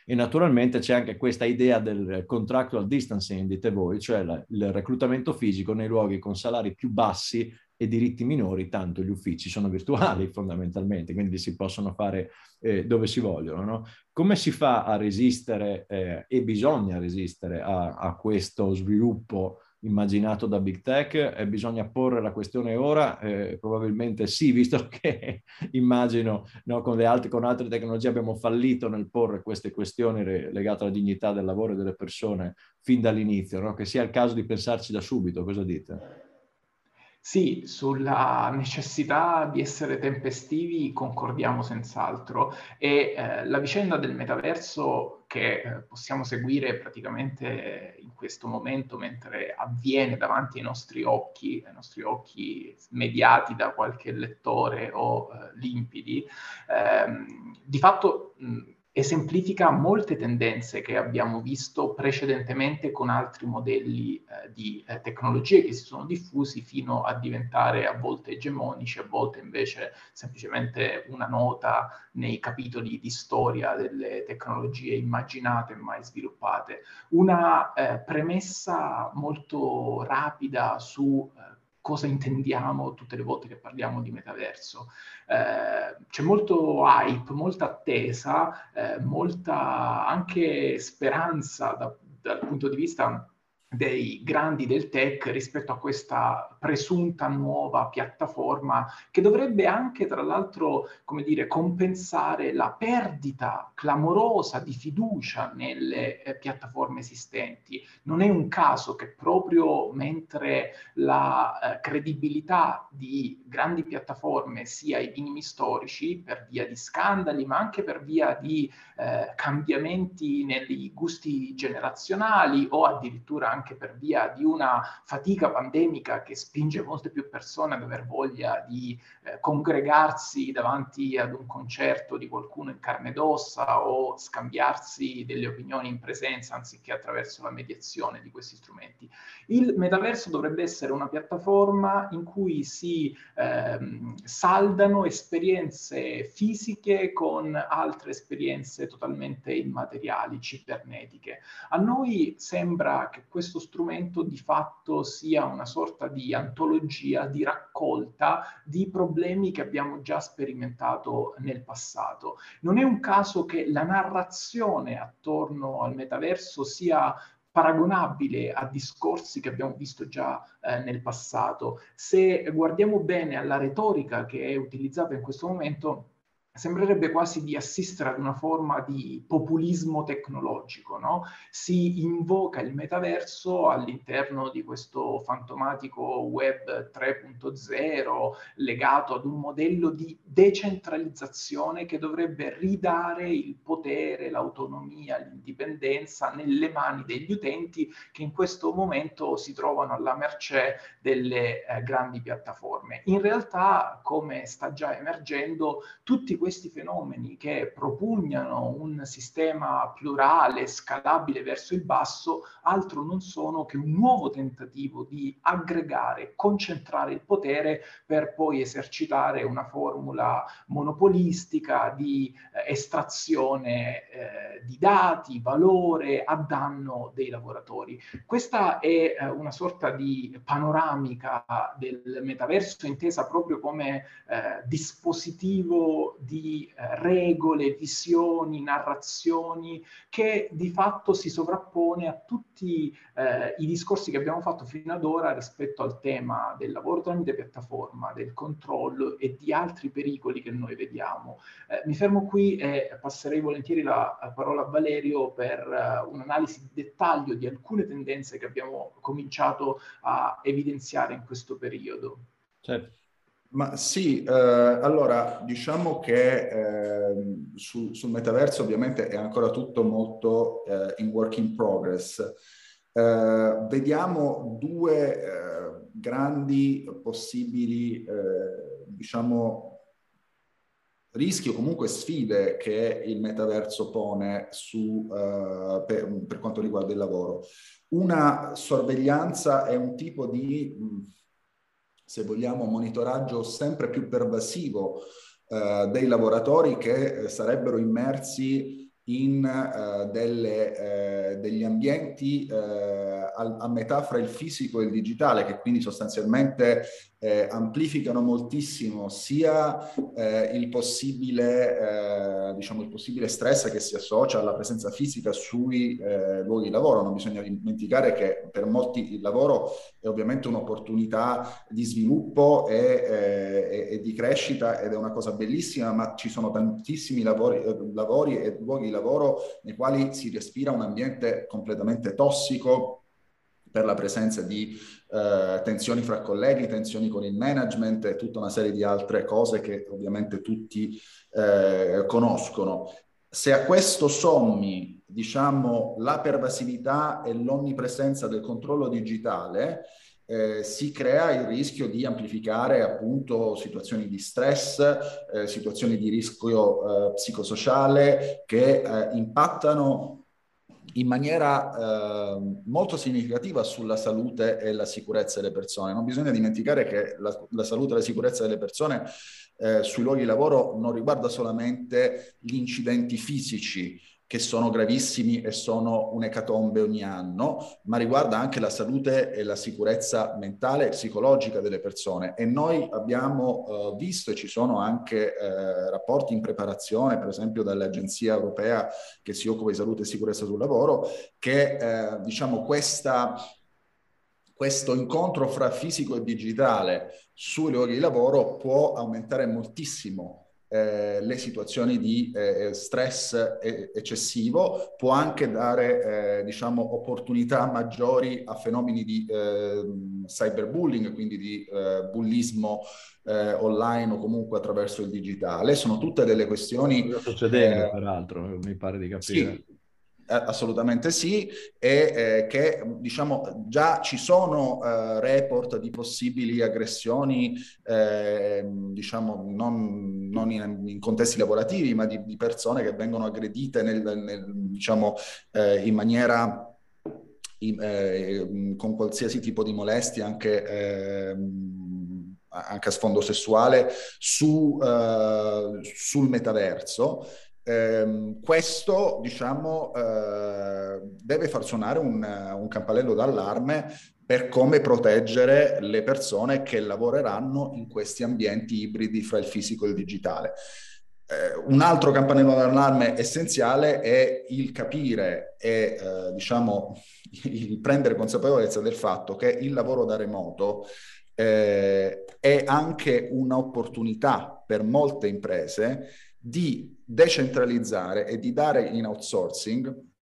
E naturalmente c'è anche questa idea del contractual distancing, dite voi, cioè la, il reclutamento fisico nei luoghi con salari più bassi e diritti minori, tanto gli uffici sono virtuali fondamentalmente, quindi si possono fare eh, dove si vogliono, no? Come si fa a resistere, eh, e bisogna resistere a, a questo sviluppo immaginato da Big Tech? Eh, bisogna porre la questione ora? Eh, probabilmente sì, visto che immagino, no, con, le altre, con altre tecnologie abbiamo fallito nel porre queste questioni re, legate alla dignità del lavoro e delle persone fin dall'inizio, no? Che sia il caso di pensarci da subito, cosa dite? Sì, sulla necessità di essere tempestivi concordiamo senz'altro e eh, la vicenda del metaverso che eh, possiamo seguire praticamente in questo momento mentre avviene davanti ai nostri occhi, ai nostri occhi mediati da qualche lettore o eh, limpidi, ehm, di fatto mh, esemplifica molte tendenze che abbiamo visto precedentemente con altri modelli eh, di eh, tecnologie che si sono diffusi fino a diventare a volte egemonici, a volte invece semplicemente una nota nei capitoli di storia delle tecnologie immaginate e mai sviluppate. Una eh, premessa molto rapida su eh, cosa intendiamo tutte le volte che parliamo di metaverso. Eh, c'è molto hype, molta attesa, eh, molta anche speranza da, dal punto di vista dei grandi del tech rispetto a questa presunta nuova piattaforma che dovrebbe anche, tra l'altro, come dire, compensare la perdita clamorosa di fiducia nelle eh, piattaforme esistenti. Non è un caso che proprio mentre la eh, credibilità di grandi piattaforme sia ai minimi storici per via di scandali, ma anche per via di eh, cambiamenti nei gusti generazionali o addirittura anche anche per via di una fatica pandemica che spinge molte più persone ad aver voglia di eh, congregarsi davanti ad un concerto di qualcuno in carne ed ossa o scambiarsi delle opinioni in presenza anziché attraverso la mediazione di questi strumenti. Il metaverso dovrebbe essere una piattaforma in cui si ehm, saldano esperienze fisiche con altre esperienze totalmente immateriali, cibernetiche. A noi sembra che questo strumento di fatto sia una sorta di antologia, di raccolta di problemi che abbiamo già sperimentato nel passato. Non è un caso che la narrazione attorno al metaverso sia paragonabile a discorsi che abbiamo visto già eh, nel passato. Se guardiamo bene alla retorica che è utilizzata in questo momento, sembrerebbe quasi di assistere ad una forma di populismo tecnologico, no? Si invoca il metaverso all'interno di questo fantomatico web tre punto zero legato ad un modello di decentralizzazione che dovrebbe ridare il potere, l'autonomia, l'indipendenza nelle mani degli utenti che in questo momento si trovano alla mercé delle eh, grandi piattaforme. In realtà, come sta già emergendo, tutti questi fenomeni che propugnano un sistema plurale, scalabile verso il basso, altro non sono che un nuovo tentativo di aggregare, concentrare il potere per poi esercitare una formula monopolistica di eh, estrazione eh, di dati, valore a danno dei lavoratori. Questa è eh, una sorta di panoramica del metaverso intesa proprio come eh, dispositivo di eh, regole, visioni, narrazioni che di fatto si sovrappone a tutti eh, i discorsi che abbiamo fatto fino ad ora rispetto al tema del lavoro tramite piattaforma, del controllo e di altri pericoli che noi vediamo. Eh, mi fermo qui e passerei volentieri la, la parola a Valerio per uh, un'analisi di dettaglio di alcune tendenze che abbiamo cominciato a evidenziare in questo periodo. Certo. Ma sì, eh, allora diciamo che eh, sul, sul metaverso ovviamente è ancora tutto molto eh, in work in progress. Eh, vediamo due eh, grandi possibili, eh, diciamo, rischi o comunque sfide che il metaverso pone su, uh, per, per quanto riguarda il lavoro. Una sorveglianza è un tipo di, se vogliamo, monitoraggio sempre più pervasivo uh, dei lavoratori che sarebbero immersi in uh, delle, uh, degli ambienti uh, a, a metà fra il fisico e il digitale, che quindi sostanzialmente eh, amplificano moltissimo sia eh, il possibile eh, diciamo il possibile stress che si associa alla presenza fisica sui eh, luoghi di lavoro. Non bisogna dimenticare che per molti il lavoro è ovviamente un'opportunità di sviluppo e, eh, e di crescita, ed è una cosa bellissima, ma ci sono tantissimi lavori, eh, lavori e luoghi di lavoro nei quali si respira un ambiente completamente tossico per la presenza di eh, tensioni fra colleghi, tensioni con il management e tutta una serie di altre cose che ovviamente tutti eh, conoscono. Se a questo sommi, diciamo, la pervasività e l'onnipresenza del controllo digitale, eh, si crea il rischio di amplificare appunto situazioni di stress, eh, situazioni di rischio eh, psicosociale che eh, impattano in maniera eh, molto significativa sulla salute e la sicurezza delle persone. Non bisogna dimenticare che la, la salute e la sicurezza delle persone eh, sui luoghi di lavoro non riguarda solamente gli incidenti fisici, che sono gravissimi e sono un'ecatombe ogni anno, ma riguarda anche la salute e la sicurezza mentale e psicologica delle persone. E noi abbiamo eh, visto, e ci sono anche eh, rapporti in preparazione, per esempio dall'Agenzia Europea che si occupa di salute e sicurezza sul lavoro, che eh, diciamo questa... questo incontro fra fisico e digitale sui luoghi di lavoro può aumentare moltissimo eh, le situazioni di eh, stress eh, eccessivo, può anche dare eh, diciamo opportunità maggiori a fenomeni di eh, cyberbullying, quindi di eh, bullismo eh, online o comunque attraverso il digitale. Sono tutte delle questioni... Sta succedendo, eh, peraltro, mi pare di capire. Sì. Assolutamente sì, e eh, che diciamo già ci sono eh, report di possibili aggressioni, eh, diciamo non, non in, in contesti lavorativi, ma di, di persone che vengono aggredite nel, nel, diciamo, eh, in maniera in, eh, con qualsiasi tipo di molestia, anche eh, anche a sfondo sessuale, su, uh, sul metaverso. Eh, questo, diciamo, eh, deve far suonare un, un campanello d'allarme per come proteggere le persone che lavoreranno in questi ambienti ibridi fra il fisico e il digitale. Eh, un altro campanello d'allarme essenziale è il capire e, eh, diciamo, il prendere consapevolezza del fatto che il lavoro da remoto eh, è anche un'opportunità per molte imprese di decentralizzare e di dare in outsourcing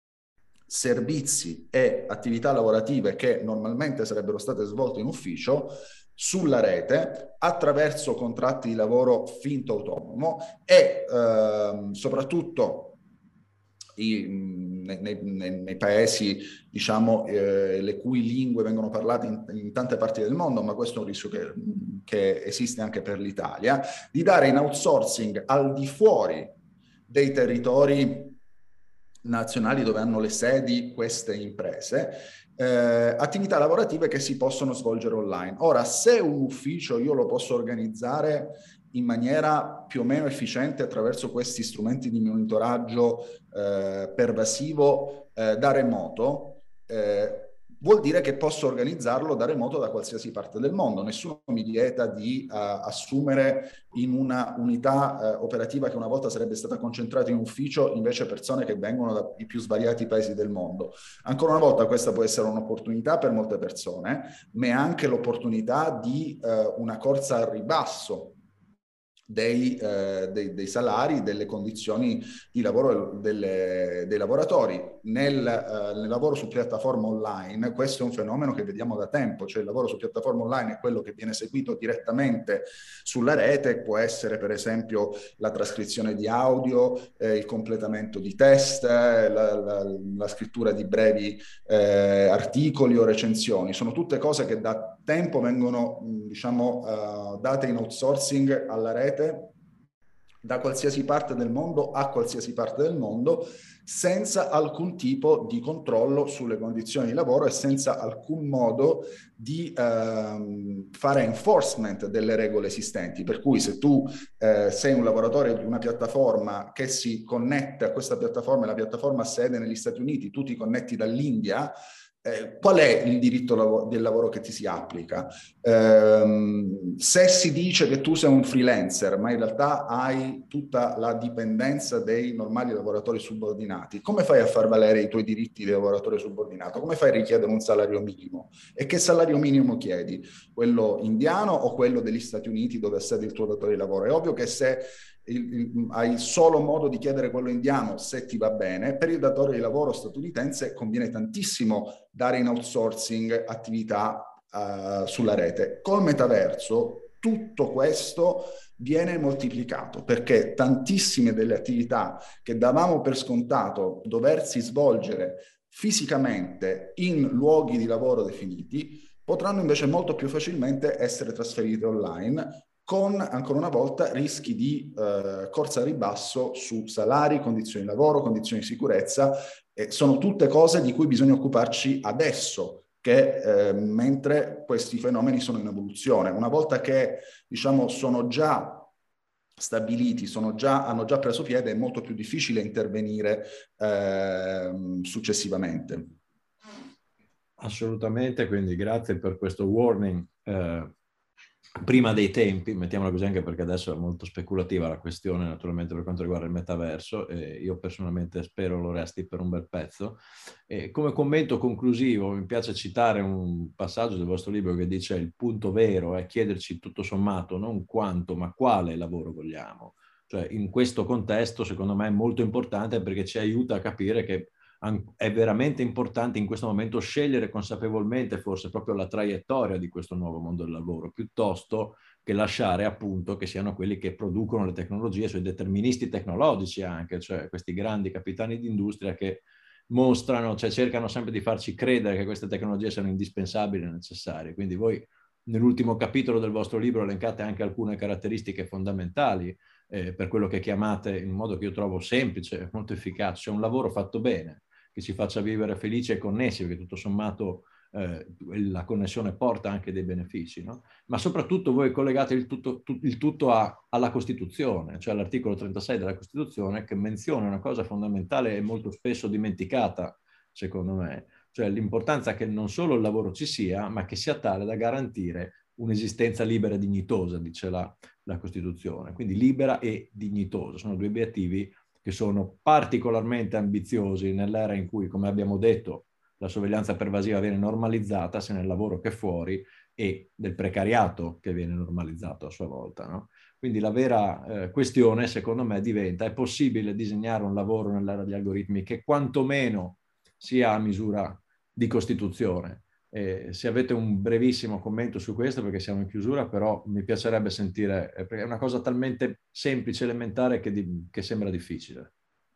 servizi e attività lavorative che normalmente sarebbero state svolte in ufficio sulla rete attraverso contratti di lavoro finto autonomo e ehm, soprattutto I, nei, nei, nei paesi, diciamo, eh, le cui lingue vengono parlate in, in tante parti del mondo, ma questo è un rischio che, che esiste anche per l'Italia, di dare in outsourcing al di fuori dei territori nazionali dove hanno le sedi queste imprese, eh, attività lavorative che si possono svolgere online. Ora, se un ufficio io lo posso organizzare in maniera più o meno efficiente attraverso questi strumenti di monitoraggio eh, pervasivo eh, da remoto, eh, vuol dire che posso organizzarlo da remoto da qualsiasi parte del mondo. Nessuno mi vieta di uh, assumere in una unità uh, operativa che una volta sarebbe stata concentrata in ufficio invece persone che vengono dai più svariati paesi del mondo. Ancora una volta questa può essere un'opportunità per molte persone, ma è anche l'opportunità di uh, una corsa al ribasso Dei, eh, dei, dei salari, delle condizioni di lavoro delle, dei lavoratori. Nel, eh, nel lavoro su piattaforma online, questo è un fenomeno che vediamo da tempo, cioè il lavoro su piattaforma online è quello che viene eseguito direttamente sulla rete, può essere per esempio la trascrizione di audio, eh, il completamento di test, eh, la, la, la scrittura di brevi eh, articoli o recensioni. Sono tutte cose che da tempo vengono, diciamo, uh, date in outsourcing alla rete, da qualsiasi parte del mondo a qualsiasi parte del mondo, senza alcun tipo di controllo sulle condizioni di lavoro e senza alcun modo di ehm, fare enforcement delle regole esistenti. Per cui se tu eh, sei un lavoratore di una piattaforma che si connette a questa piattaforma, e la piattaforma ha sede negli Stati Uniti, tu ti connetti dall'India, Eh, qual è il diritto lav- del lavoro che ti si applica? Ehm, se si dice che tu sei un freelancer, ma in realtà hai tutta la dipendenza dei normali lavoratori subordinati, come fai a far valere i tuoi diritti di lavoratore subordinato? Come fai a richiedere un salario minimo? E che salario minimo chiedi? Quello indiano o quello degli Stati Uniti dove ha sede il tuo datore di lavoro? È ovvio che se Il, il, hai solo modo di chiedere quello indiano se ti va bene, per il datore di lavoro statunitense conviene tantissimo dare in outsourcing attività uh, sulla rete. Col metaverso tutto questo viene moltiplicato, perché tantissime delle attività che davamo per scontato doversi svolgere fisicamente in luoghi di lavoro definiti potranno invece molto più facilmente essere trasferite online, con, ancora una volta, rischi di eh, corsa a ribasso su salari, condizioni di lavoro, condizioni di sicurezza. Eh, sono tutte cose di cui bisogna occuparci adesso, che eh, mentre questi fenomeni sono in evoluzione. Una volta che, diciamo, sono già stabiliti, sono già, hanno già preso piede, è molto più difficile intervenire eh, successivamente. Assolutamente, quindi grazie per questo warning. Eh, prima dei tempi, mettiamola così, anche perché adesso è molto speculativa la questione naturalmente per quanto riguarda il metaverso, e io personalmente spero lo resti per un bel pezzo. E come commento conclusivo mi piace citare un passaggio del vostro libro che dice: il punto vero è chiederci tutto sommato non quanto ma quale lavoro vogliamo. Cioè in questo contesto secondo me è molto importante, perché ci aiuta a capire che è veramente importante in questo momento scegliere consapevolmente forse proprio la traiettoria di questo nuovo mondo del lavoro, piuttosto che lasciare appunto che siano quelli che producono le tecnologie, cioè i deterministi tecnologici anche, cioè questi grandi capitani d'industria che mostrano, cioè cercano sempre di farci credere che queste tecnologie siano indispensabili e necessarie. Quindi voi nell'ultimo capitolo del vostro libro elencate anche alcune caratteristiche fondamentali eh, per quello che chiamate, in modo che io trovo semplice, molto efficace, cioè un lavoro fatto bene, che ci faccia vivere felici e connessi, perché tutto sommato eh, la connessione porta anche dei benefici, no? Ma soprattutto voi collegate il tutto, tu, il tutto a, alla Costituzione, cioè all'articolo trentasei della Costituzione, che menziona una cosa fondamentale e molto spesso dimenticata, secondo me, cioè l'importanza che non solo il lavoro ci sia, ma che sia tale da garantire un'esistenza libera e dignitosa, dice la, la Costituzione. Quindi libera e dignitosa, sono due obiettivi che sono particolarmente ambiziosi nell'era in cui, come abbiamo detto, la sorveglianza pervasiva viene normalizzata sia nel lavoro che fuori, e del precariato che viene normalizzato a sua volta, no? Quindi la vera eh, questione, secondo me, diventa: è possibile disegnare un lavoro nell'era degli algoritmi che quantomeno sia a misura di Costituzione? Eh, se avete un brevissimo commento su questo, perché siamo in chiusura, però mi piacerebbe sentire, eh, perché è una cosa talmente semplice, elementare, che, di, che sembra difficile.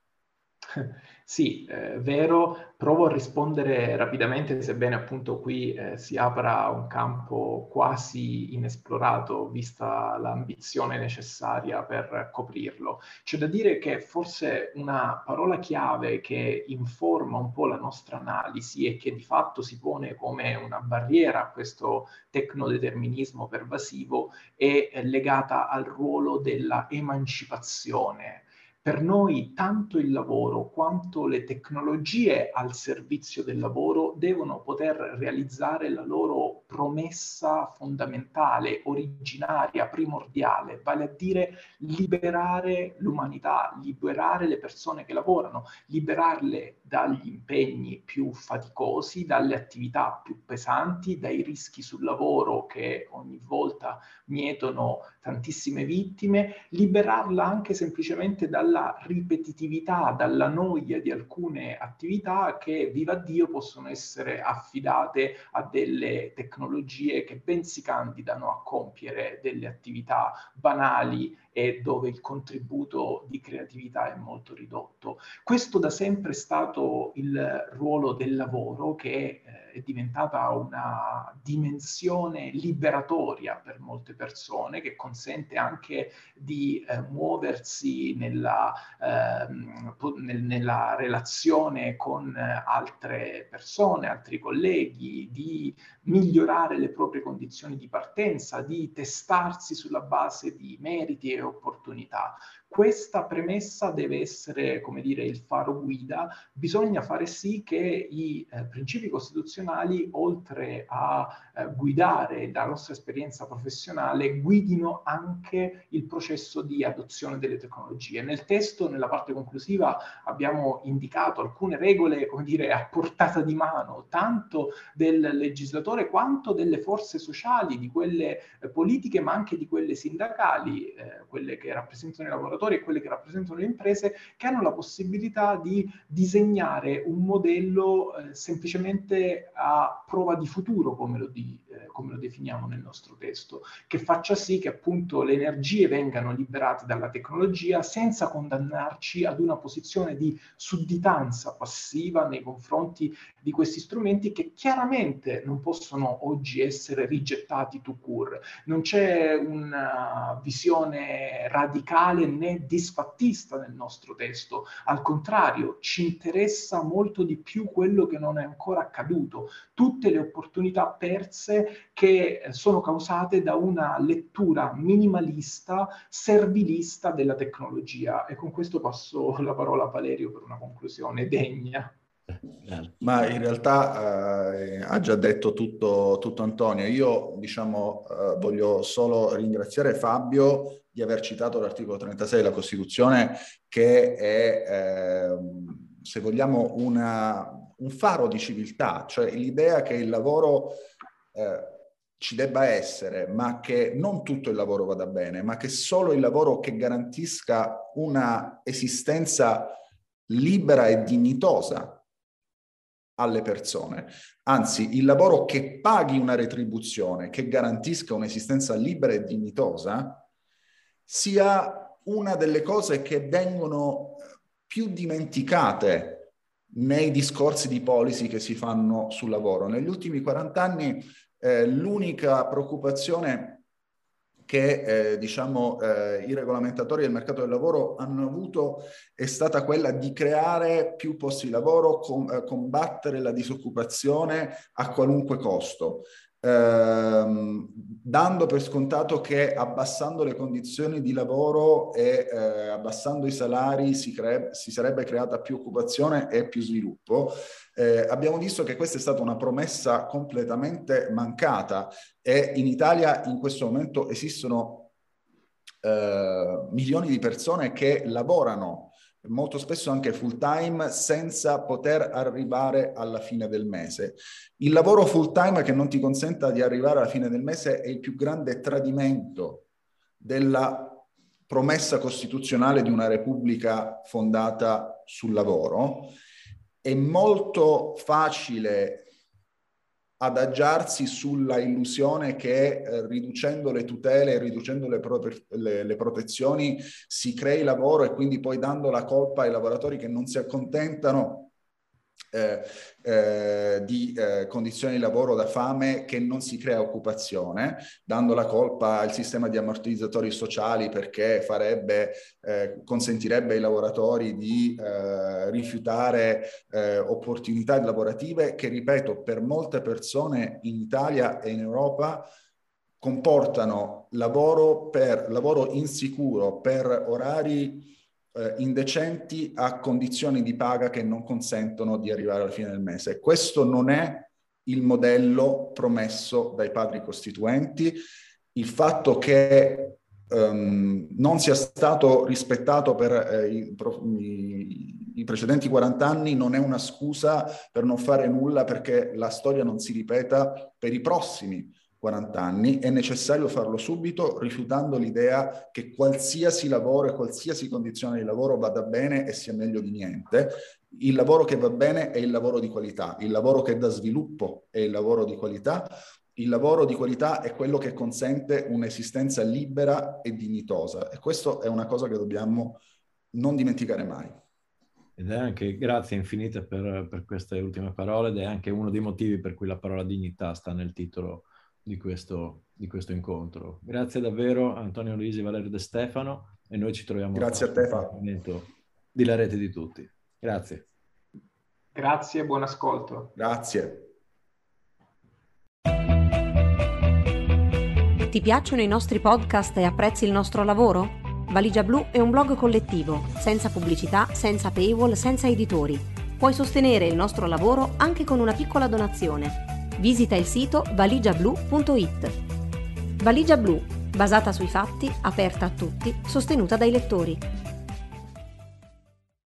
Sì, eh, vero. Provo a rispondere rapidamente, sebbene appunto qui eh, si apra un campo quasi inesplorato, vista l'ambizione necessaria per coprirlo. C'è da dire che forse una parola chiave che informa un po' la nostra analisi e che di fatto si pone come una barriera a questo tecnodeterminismo pervasivo è legata al ruolo della emancipazione. Per noi tanto il lavoro quanto le tecnologie al servizio del lavoro devono poter realizzare la loro promessa fondamentale, originaria, primordiale, vale a dire liberare l'umanità, liberare le persone che lavorano, liberarle dagli impegni più faticosi, dalle attività più pesanti, dai rischi sul lavoro che ogni volta mietono tantissime vittime, liberarla anche semplicemente dalla ripetitività, dalla noia di alcune attività che, viva Dio, possono essere affidate a delle tecnologie che ben si candidano a compiere delle attività banali e dove il contributo di creatività è molto ridotto. Questo da sempre è stato il ruolo del lavoro, che eh, è diventata una dimensione liberatoria per molte persone, che consente anche di eh, muoversi nella, eh, po- nel, nella relazione con altre persone, altri colleghi, di migliorare le proprie condizioni di partenza, di testarsi sulla base di meriti e opportunità. Questa premessa deve essere, come dire, il faro guida. Bisogna fare sì che i eh, principi costituzionali, oltre a eh, guidare la nostra esperienza professionale, guidino anche il processo di adozione delle tecnologie. Nel testo, nella parte conclusiva, abbiamo indicato alcune regole, come dire, a portata di mano, tanto del legislatore quanto delle forze sociali, di quelle eh, politiche, ma anche di quelle sindacali, eh, quelle che rappresentano i lavoratori e quelle che rappresentano le imprese, che hanno la possibilità di disegnare un modello eh, semplicemente a prova di futuro, come lo, di, eh, come lo definiamo nel nostro testo, che faccia sì che appunto le energie vengano liberate dalla tecnologia senza condannarci ad una posizione di sudditanza passiva nei confronti di questi strumenti, che chiaramente non possono oggi essere rigettati tout court. Non c'è una visione radicale né disfattista nel nostro testo, al contrario, ci interessa molto di più quello che non è ancora accaduto, tutte le opportunità perse che sono causate da una lettura minimalista, servilista della tecnologia. E con questo passo la parola a Valerio per una conclusione degna. Ma in realtà eh, ha già detto tutto, tutto Antonio. Io diciamo eh, voglio solo ringraziare Fabio di aver citato l'articolo trentasei della Costituzione, che è, eh, se vogliamo, una, un faro di civiltà, cioè l'idea che il lavoro eh, ci debba essere, ma che non tutto il lavoro vada bene, ma che solo il lavoro che garantisca una esistenza libera e dignitosa alle persone, anzi il lavoro che paghi una retribuzione, che garantisca un'esistenza libera e dignitosa, sia una delle cose che vengono più dimenticate nei discorsi di policy che si fanno sul lavoro. Negli ultimi quaranta anni eh, l'unica preoccupazione che eh, diciamo eh, i regolamentatori del mercato del lavoro hanno avuto è stata quella di creare più posti di lavoro, com- eh, combattere la disoccupazione a qualunque costo, ehm, dando per scontato che abbassando le condizioni di lavoro e eh, abbassando i salari si, cre- si sarebbe creata più occupazione e più sviluppo. Eh, abbiamo visto che questa è stata una promessa completamente mancata e in Italia in questo momento esistono eh, milioni di persone che lavorano, molto spesso anche full time, senza poter arrivare alla fine del mese. Il lavoro full time che non ti consenta di arrivare alla fine del mese è il più grande tradimento della promessa costituzionale di una repubblica fondata sul lavoro. È molto facile adagiarsi sulla illusione che eh, riducendo le tutele, riducendo le, prote- le, le protezioni si crei lavoro e quindi poi dando la colpa ai lavoratori che non si accontentano Eh, eh, di eh, condizioni di lavoro da fame, che non si crea occupazione, dando la colpa al sistema di ammortizzatori sociali perché farebbe, eh, consentirebbe ai lavoratori di eh, rifiutare eh, opportunità lavorative che, ripeto, per molte persone in Italia e in Europa comportano lavoro, per, lavoro insicuro, per orari Eh, indecenti, a condizioni di paga che non consentono di arrivare alla fine del mese. Questo non è il modello promesso dai padri costituenti. Il fatto che um, non sia stato rispettato per eh, i, i, i precedenti quaranta anni non è una scusa per non fare nulla, perché la storia non si ripeta per i prossimi quaranta anni. È necessario farlo subito, rifiutando l'idea che qualsiasi lavoro e qualsiasi condizione di lavoro vada bene e sia meglio di niente. Il lavoro che va bene è il lavoro di qualità, il lavoro che dà sviluppo è il lavoro di qualità, il lavoro di qualità è quello che consente un'esistenza libera e dignitosa, e questo è una cosa che dobbiamo non dimenticare mai. Ed ed è anche grazie infinite per, per queste ultime parole, ed è anche uno dei motivi per cui la parola dignità sta nel titolo di questo, di questo incontro. Grazie davvero a Antonio Luisi e Valerio De Stefano, e noi ci troviamo grazie a te, Fabio, di La Rete di Tutti. Grazie. Grazie, buon ascolto. Grazie. Ti piacciono i nostri podcast e apprezzi il nostro lavoro? Valigia Blu è un blog collettivo, senza pubblicità, senza paywall, senza editori. Puoi sostenere il nostro lavoro anche con una piccola donazione. Visita il sito valigia blu punto it. Valigia Blu, basata sui fatti, aperta a tutti, sostenuta dai lettori.